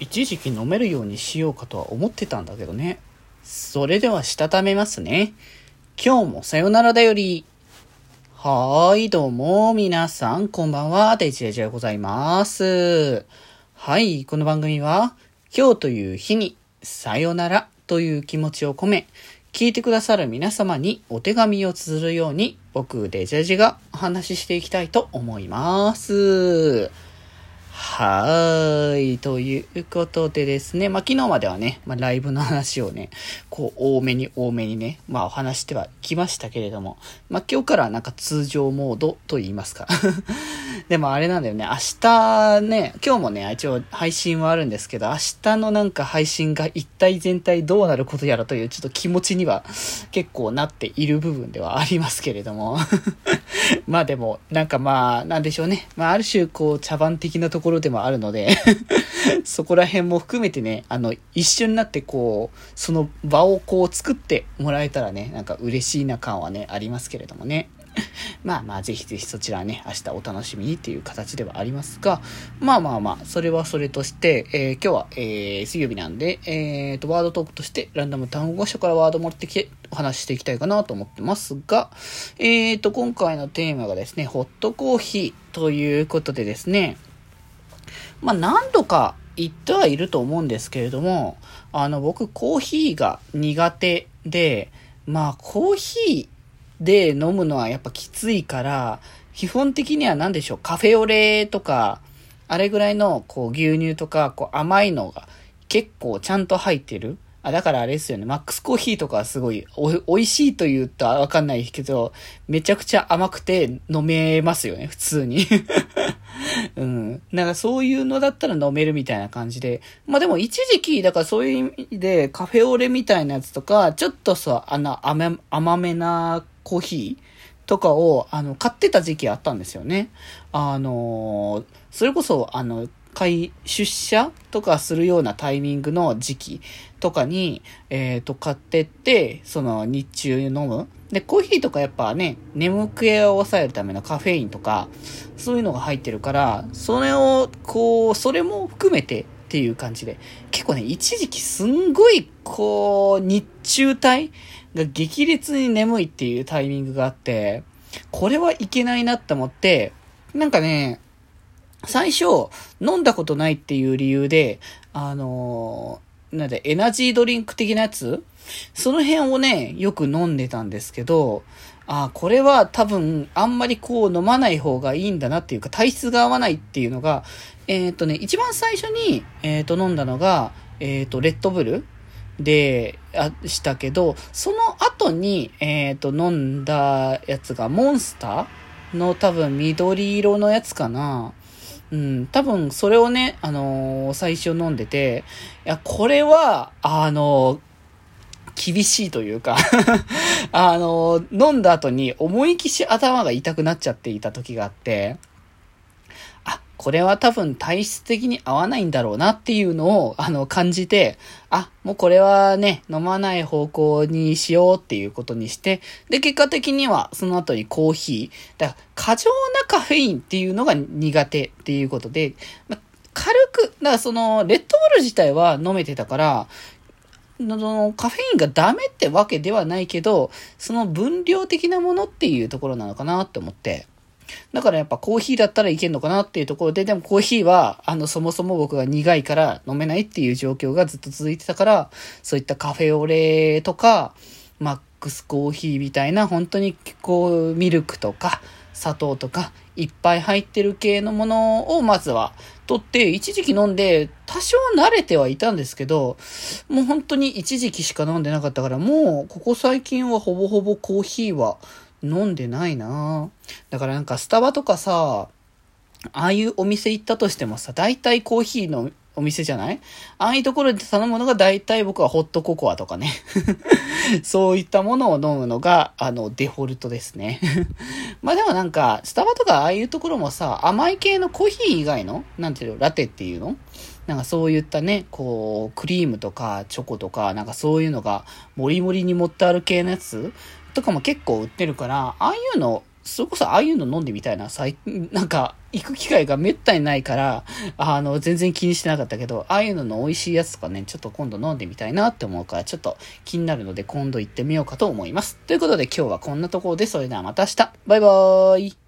一時期飲めるようにしようかとは思ってたんだけどね。それではしたためますね。今日もさよならだより。どうも皆さんこんばんは、デジェジでございます。はい、この番組は今日という日にさよならという気持ちを込め、聞いてくださる皆様にお手紙を綴るように僕デジェジがお話ししていきたいと思います。ということでですね、昨日まではね、ライブの話をね、多めにね、お話してはきましたけれども、今日からは通常モードと言いますか。でもあれなんだよね、明日ね、今日もね、一応配信はあるんですけど、明日の配信が一体全体どうなることやらというちょっと気持ちには結構なっている部分ではありますけれども。でも、なんでしょうね。ある種、茶番的なところでもあるので、そこら辺も含めてね、一緒になって、その場を作ってもらえたらね、嬉しいな感はね、ありますけれどもね。ぜひぜひそちらね、明日お楽しみにっていう形ではありますが、それはそれとして、今日は、水曜日なんで、ワードトークとしてランダム単語書からワード持ってきてお話ししていきたいかなと思ってますが、今回のテーマがですね、ホットコーヒーということでですね、何度か言ってはいると思うんですけれども、僕コーヒーが苦手で、コーヒーで飲むのはやっぱきついから、基本的には何でしょう、カフェオレとか、あれぐらいの牛乳とか甘いのが結構ちゃんと入ってる。だからあれですよね、マックスコーヒーとかはすごい美味しいと言うとわかんないけど、めちゃくちゃ甘くて飲めますよね、普通に。そういうのだったら飲めるみたいな感じで。でも一時期、だからそういう意味でカフェオレみたいなやつとか、ちょっと甘めなコーヒーとかを、買ってた時期あったんですよね。それこそ、出社とかするようなタイミングの時期とかに、買ってって、日中飲む。で、コーヒーとかやっぱね、眠気を抑えるためのカフェインとか、そういうのが入ってるから、それも含めてっていう感じで、結構ね、一時期すんごい、日中帯が激烈に眠いっていうタイミングがあって、これはいけないなって思って、最初、飲んだことないっていう理由で、エナジードリンク的なやつその辺をね、よく飲んでたんですけど、これは多分、あんまり飲まない方がいいんだなっていうか、体質が合わないっていうのが、一番最初に、飲んだのが、レッドブルしたけど、その後に、飲んだやつが、モンスターの多分緑色のやつかな。多分それをね、最初飲んでて、いや、これは、厳しいというか、飲んだ後に思いきし頭が痛くなっちゃっていた時があって、これは多分体質的に合わないんだろうなっていうのを、感じて、もうこれはね、飲まない方向にしようっていうことにして、で、結果的にはその後にコーヒー、だから過剰なカフェインっていうのが苦手っていうことで、軽く、レッドブル自体は飲めてたから、カフェインがダメってわけではないけど、その分量的なものっていうところなのかなって思って、だからやっぱコーヒーだったらいけんのかなっていうところで、でもコーヒーは、そもそも僕が苦いから飲めないっていう状況がずっと続いてたから、そういったカフェオレとか、マックスコーヒーみたいな、本当にミルクとか、砂糖とか、いっぱい入ってる系のものをまずは取って、一時期飲んで、多少慣れてはいたんですけど、もう本当に一時期しか飲んでなかったから、もうここ最近はほぼほぼコーヒーは飲んでないな。だからスタバとかさ、ああいうお店行ったとしてもさ、大体コーヒーのお店じゃない？ああいうところで頼むのが大体僕はホットココアとかね。そういったものを飲むのが、デフォルトですね。でもスタバとかああいうところもさ、甘い系のコーヒー以外の、ラテっていうの？そういったね、クリームとかチョコとか、そういうのが、もりもりに盛ってある系のやつとかも結構売ってるから、ああいうのそれこそああいうの飲んでみたいな、なんか、行く機会がめったにないから、全然気にしてなかったけど、ああいうのの美味しいやつとかね、ちょっと今度飲んでみたいなって思うから、ちょっと気になるので今度行ってみようかと思います。ということで今日はこんなところで、それではまた明日。バイバーイ。